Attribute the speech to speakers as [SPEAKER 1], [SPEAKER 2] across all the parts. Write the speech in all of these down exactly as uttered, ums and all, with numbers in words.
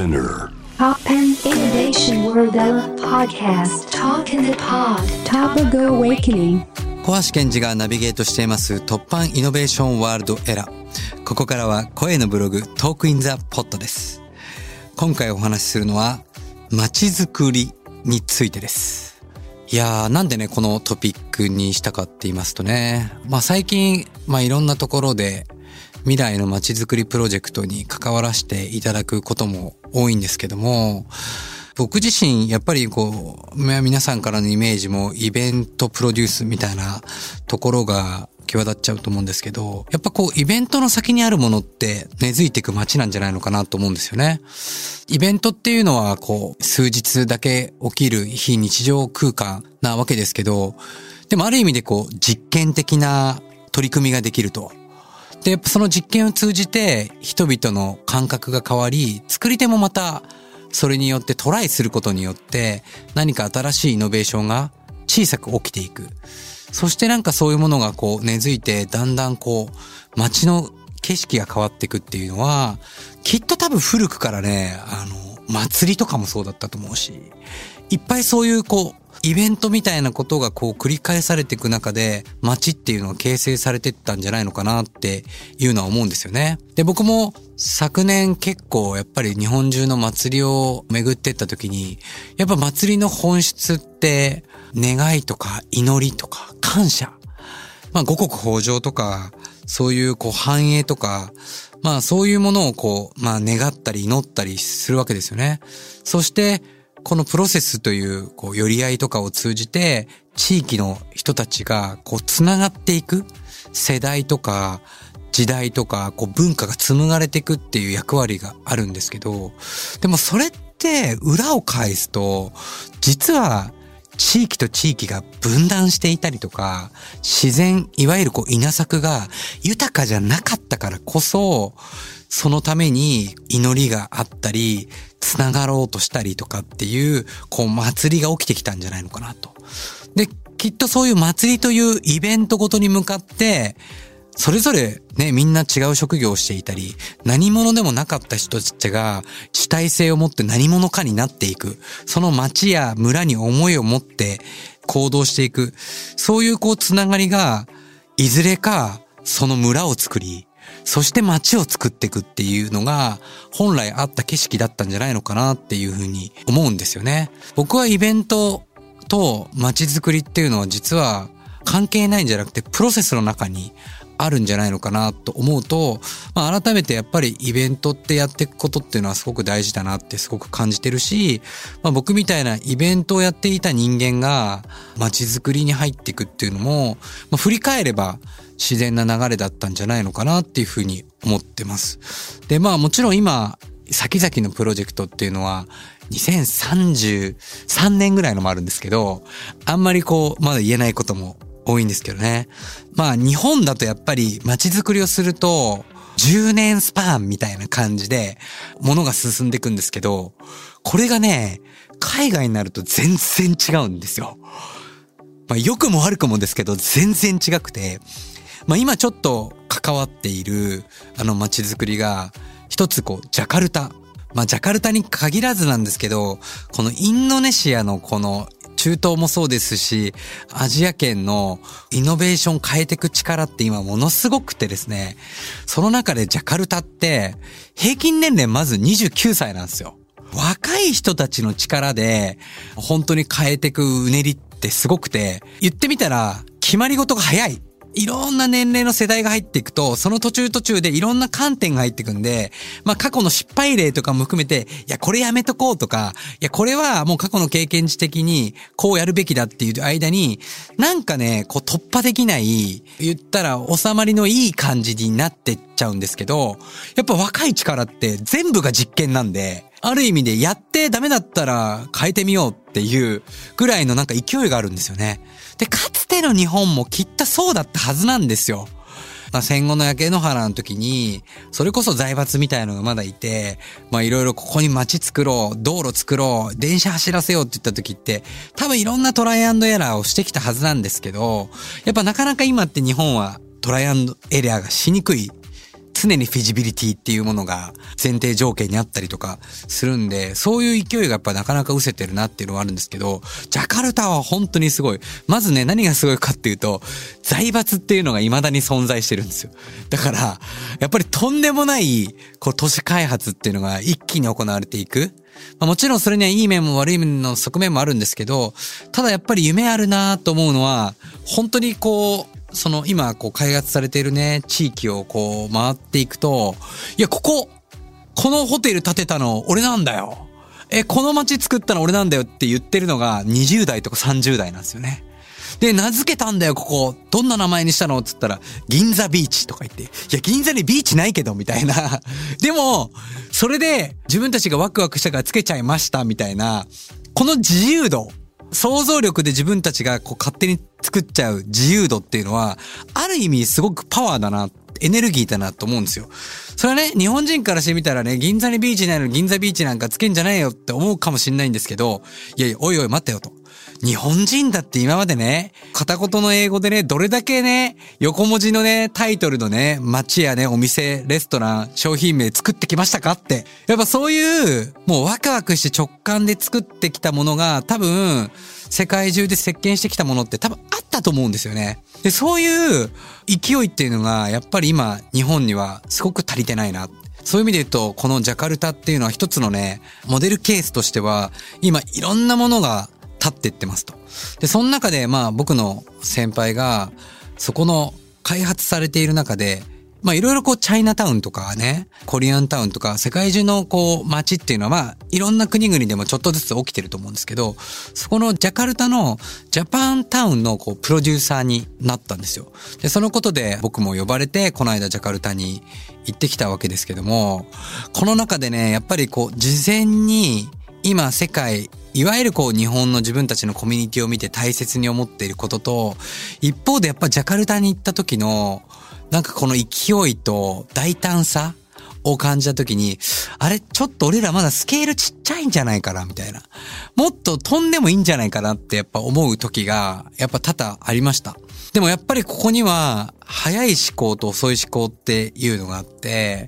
[SPEAKER 1] Spinner
[SPEAKER 2] Poppen Innovation World Podcast Talk in the Pod Topical Awakening
[SPEAKER 3] 小橋健二がナビゲートしています突破イノベーションワールドエラー。ここからは声のブログトークインザポッドです。今回お話しするのは街づくりについてです。いやーなんでねこのトピックにしたかって言いますとね、まあ最近まあいろんなところで未来の街づくりプロジェクトに関わらせていただくことも多いんですけども、僕自身やっぱりこう皆さんからのイメージもイベントプロデュースみたいなところが際立っちゃうと思うんですけど、やっぱこうイベントの先にあるものって根付いていく街なんじゃないのかなと思うんですよね。イベントっていうのはこう数日だけ起きる非日常空間なわけですけど、でもある意味でこう実験的な取り組みができると。で、やっぱその実験を通じて人々の感覚が変わり、作り手もまたそれによってトライすることによって何か新しいイノベーションが小さく起きていく。そしてなんかそういうものがこう根付いてだんだんこう街の景色が変わっていくっていうのはきっと多分古くからね、あの祭りとかもそうだったと思うし、いっぱいそういうこうイベントみたいなことがこう繰り返されていく中で街っていうのは形成されていったんじゃないのかなっていうのは思うんですよね。で、僕も昨年結構やっぱり日本中の祭りを巡っていった時に、やっぱ祭りの本質って願いとか祈りとか感謝、まあ五穀豊穣とかそういうこう繁栄とか、まあそういうものをこうまあ願ったり祈ったりするわけですよね。そしてこのプロセスというこう寄り合いとかを通じて地域の人たちがこうつながっていく、世代とか時代とかこう文化が紡がれていくっていう役割があるんですけど、でもそれって裏を返すと実は地域と地域が分断していたりとか、自然いわゆるこう稲作が豊かじゃなかったからこそそのために祈りがあったりつながろうとしたりとかっていうこう祭りが起きてきたんじゃないのかなと。で、きっとそういう祭りというイベントごとに向かってそれぞれねみんな違う職業をしていたり何者でもなかった人たちが主体性を持って何者かになっていく、その町や村に思いを持って行動していく、そういうこうつながりがいずれかその村を作りそして街を作っていくっていうのが本来あった景色だったんじゃないのかなっていうふうに思うんですよね。僕はイベントと街づくりっていうのは実は関係ないんじゃなくてプロセスの中にあるんじゃないのかなと思うと、まあ改めてやっぱりイベントってやっていくことっていうのはすごく大事だなってすごく感じてるし、まあ僕みたいなイベントをやっていた人間が街づくりに入っていくっていうのも、まあ振り返れば自然な流れだったんじゃないのかなっていうふうに思ってます。で、まあもちろん今先々のプロジェクトっていうのはにせんさんじゅうさんねんぐらいのもあるんですけど、あんまりこうまだ言えないことも多いんですけどね。まあ日本だとやっぱり街づくりをするとじゅうねんスパンみたいな感じで物が進んでいくんですけど、これがね海外になると全然違うんですよ。まあ良くも悪くもですけど全然違くて、まあ今ちょっと関わっているあの街づくりが一つこうジャカルタ、まあジャカルタに限らずなんですけど、このインドネシアのこの中東もそうですし、アジア圏のイノベーション変えていく力って今ものすごくてですね、その中でジャカルタって平均年齢まずにじゅうきゅうさいなんですよ。若い人たちの力で本当に変えていくうねりってすごくて、言ってみたら決まり事が早い。いろんな年齢の世代が入っていくと、その途中途中でいろんな観点が入っていくんで、まあ過去の失敗例とかも含めて、いやこれやめとこうとか、いやこれはもう過去の経験値的にこうやるべきだっていう間に、なんかね、こう突破できない、言ったら収まりのいい感じになってっちゃうんですけど、やっぱ若い力って全部が実験なんで、ある意味でやってダメだったら変えてみようっていうぐらいのなんか勢いがあるんですよね。で、かつての日本もきっとそうだったはずなんですよ。まあ、戦後の焼け野原の時に、それこそ財閥みたいのがまだいて、まあいろいろここに街作ろう、道路作ろう、電車走らせようって言った時って、多分いろんなトライアンドエラーをしてきたはずなんですけど、やっぱなかなか今って日本はトライアンドエラーがしにくい常にフィジビリティっていうものが前提条件にあったりとかするんで、そういう勢いがやっぱなかなか失せてるなっていうのはあるんですけど、ジャカルタは本当にすごい。まずね、何がすごいかっていうと、財閥っていうのが未だに存在してるんですよ。だから、やっぱりとんでもない、こう、都市開発っていうのが一気に行われていく。まあ、もちろんそれにはいい面も悪い面の側面もあるんですけど、ただやっぱり夢あるなと思うのは、本当にこう、その今こう開発されているね、地域をこう回っていくと、いや、ここ、このホテル建てたの俺なんだよ。え、この街作ったの俺なんだよって言ってるのがにじゅう代とかさんじゅう代なんですよね。で、名付けたんだよ、ここ。どんな名前にしたのって言ったら、銀座ビーチとか言って。いや、銀座にビーチないけど、みたいな。でも、それで自分たちがワクワクしたからつけちゃいました、みたいな。この自由度。想像力で自分たちがこう勝手に作っちゃう自由度っていうのは、ある意味すごくパワーだな、エネルギーだなと思うんですよ。それはね、日本人からしてみたらね、銀座にビーチないのに銀座ビーチなんかつけんじゃないよって思うかもしんないんですけど、いやいや、おいおい待ってよと。日本人だって今までね、片言の英語でね、どれだけね、横文字のね、タイトルのね、街やね、お店、レストラン、商品名作ってきましたかって。やっぱそういう、もうワクワクして直感で作ってきたものが、多分、世界中で席巻してきたものって多分あったと思うんですよね。で、そういう勢いっていうのが、やっぱり今、日本にはすごく足りてないな。そういう意味で言うと、このジャカルタっていうのは一つのね、モデルケースとしては、今いろんなものが立っていってますと。で、その中でまあ僕の先輩が、そこの開発されている中で、まあいろいろこうチャイナタウンとかね、コリアンタウンとか世界中のこう街っていうのはまあいろんな国々でもちょっとずつ起きてると思うんですけど、そこのジャカルタのジャパンタウンのこうプロデューサーになったんですよ。で、そのことで僕も呼ばれてこの間ジャカルタに行ってきたわけですけども、この中でね、やっぱりこう事前に今世界、いわゆるこう日本の自分たちのコミュニティを見て大切に思っていることと、一方でやっぱジャカルタに行った時のなんかこの勢いと大胆さを感じた時に、あれちょっと俺らまだスケールちっちゃいんじゃないかなみたいな。もっと飛んでもいいんじゃないかなってやっぱ思う時がやっぱ多々ありました。でもやっぱりここには早い思考と遅い思考っていうのがあって、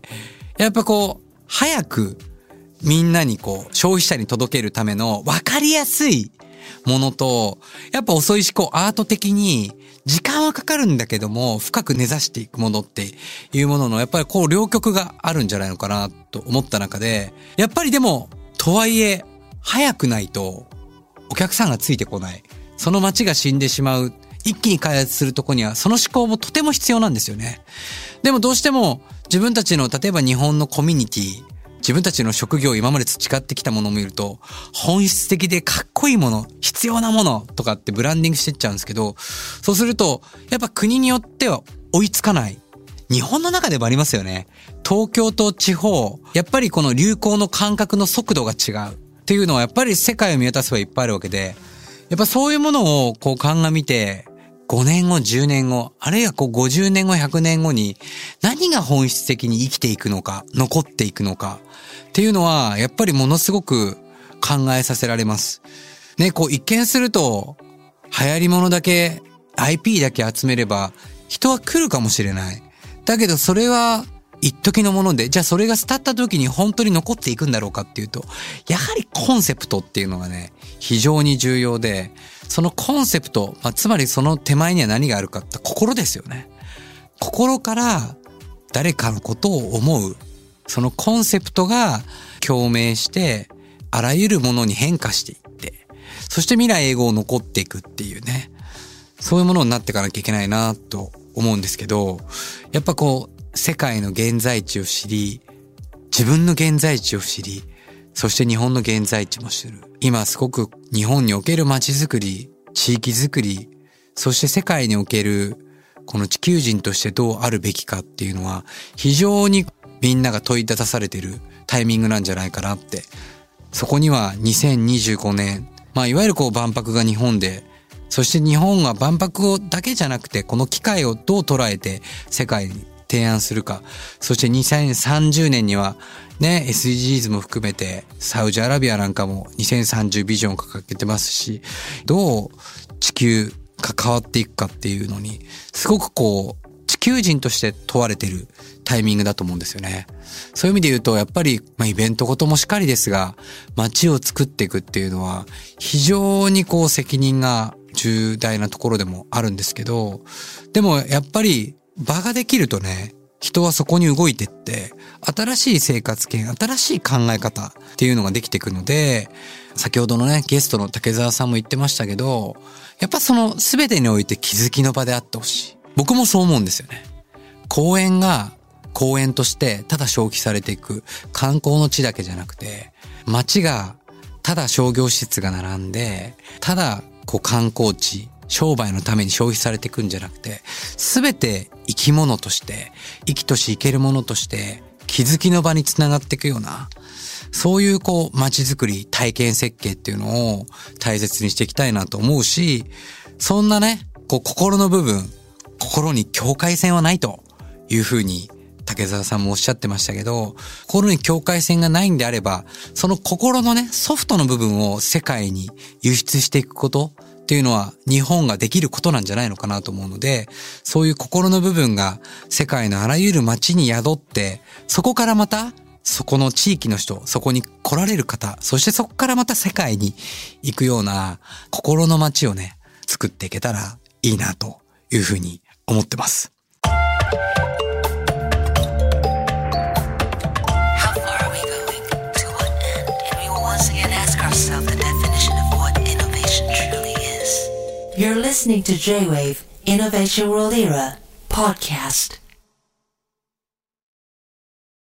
[SPEAKER 3] やっぱこう早くみんなにこう消費者に届けるための分かりやすいものと、やっぱ遅い思考、アート的に時間はかかるんだけども深く根ざしていくものっていうもののやっぱりこう両極があるんじゃないのかなと思った中で、やっぱりでもとはいえ早くないとお客さんがついてこない、その街が死んでしまう、一気に開発するとこにはその思考もとても必要なんですよね。でもどうしても自分たちの例えば日本のコミュニティ、自分たちの職業を今まで培ってきたものを見ると、本質的でかっこいいもの、必要なものとかってブランディングしてっちゃうんですけど、そうするとやっぱ国によっては追いつかない。日本の中でもありますよね。東京と地方、やっぱりこの流行の感覚の速度が違うっていうのはやっぱり世界を見渡せばいっぱいあるわけで、やっぱそういうものをこう鑑みて、ごねんご、じゅうねんご、あるいはこうごじゅうねんご、ひゃくねんごに何が本質的に生きていくのか、残っていくのかっていうのはやっぱりものすごく考えさせられます。ね、こう一見すると流行り物だけ アイピー だけ集めれば人は来るかもしれない。だけどそれは一時のもので、じゃあそれが廃った時に本当に残っていくんだろうかっていうと、やはりコンセプトっていうのがね、非常に重要で、そのコンセプト、まあ、つまりその手前には何があるかって心ですよね。心から誰かのことを思う。そのコンセプトが共鳴して、あらゆるものに変化していって、そして未来永劫残っていくっていうね。そういうものになっていかなきゃいけないなと思うんですけど、やっぱこう、世界の現在地を知り、自分の現在地を知り、そして日本の現在地も知る。今すごく日本における街づくり、地域づくり、そして世界におけるこの地球人としてどうあるべきかっていうのは非常にみんなが問い立たされているタイミングなんじゃないかなって。そこにはにせんにじゅうごねん、まあいわゆるこう万博が日本で、そして日本は万博をだけじゃなくてこの機会をどう捉えて世界に提案するか。そしてにせんさんじゅうねんにはね、エスディージーズ も含めてサウジアラビアなんかもにせんさんじゅうビジョンを掲げてますし、どう地球が変わっていくかっていうのにすごくこう地球人として問われているタイミングだと思うんですよね。そういう意味で言うと、やっぱり、まあ、イベントごともしかりですが、街を作っていくっていうのは、非常にこう責任が重大なところでもあるんですけど、でもやっぱり場ができるとね、人はそこに動いてって、新しい生活圏、新しい考え方っていうのができていくので、先ほどのね、ゲストの竹澤さんも言ってましたけど、やっぱその全てにおいて気づきの場であってほしい。僕もそう思うんですよね。公園が公園としてただ消費されていく観光の地だけじゃなくて、街がただ商業施設が並んで、ただこう観光地、商売のために消費されていくんじゃなくて、すべて生き物として、生きとし生けるものとして、気づきの場につながっていくような、そういうこう街づくり、体験設計っていうのを大切にしていきたいなと思うし、そんなね、こう心の部分、心に境界線はないというふうに竹澤さんもおっしゃってましたけど、心に境界線がないんであれば、その心のね、ソフトの部分を世界に輸出していくことっていうのは日本ができることなんじゃないのかなと思うので、そういう心の部分が世界のあらゆる街に宿って、そこからまたそこの地域の人、そこに来られる方、そしてそこからまた世界に行くような心の街をね、作っていけたらいいなというふうに思ってます。
[SPEAKER 1] You're listening to J-Wave Innovation World Era podcast.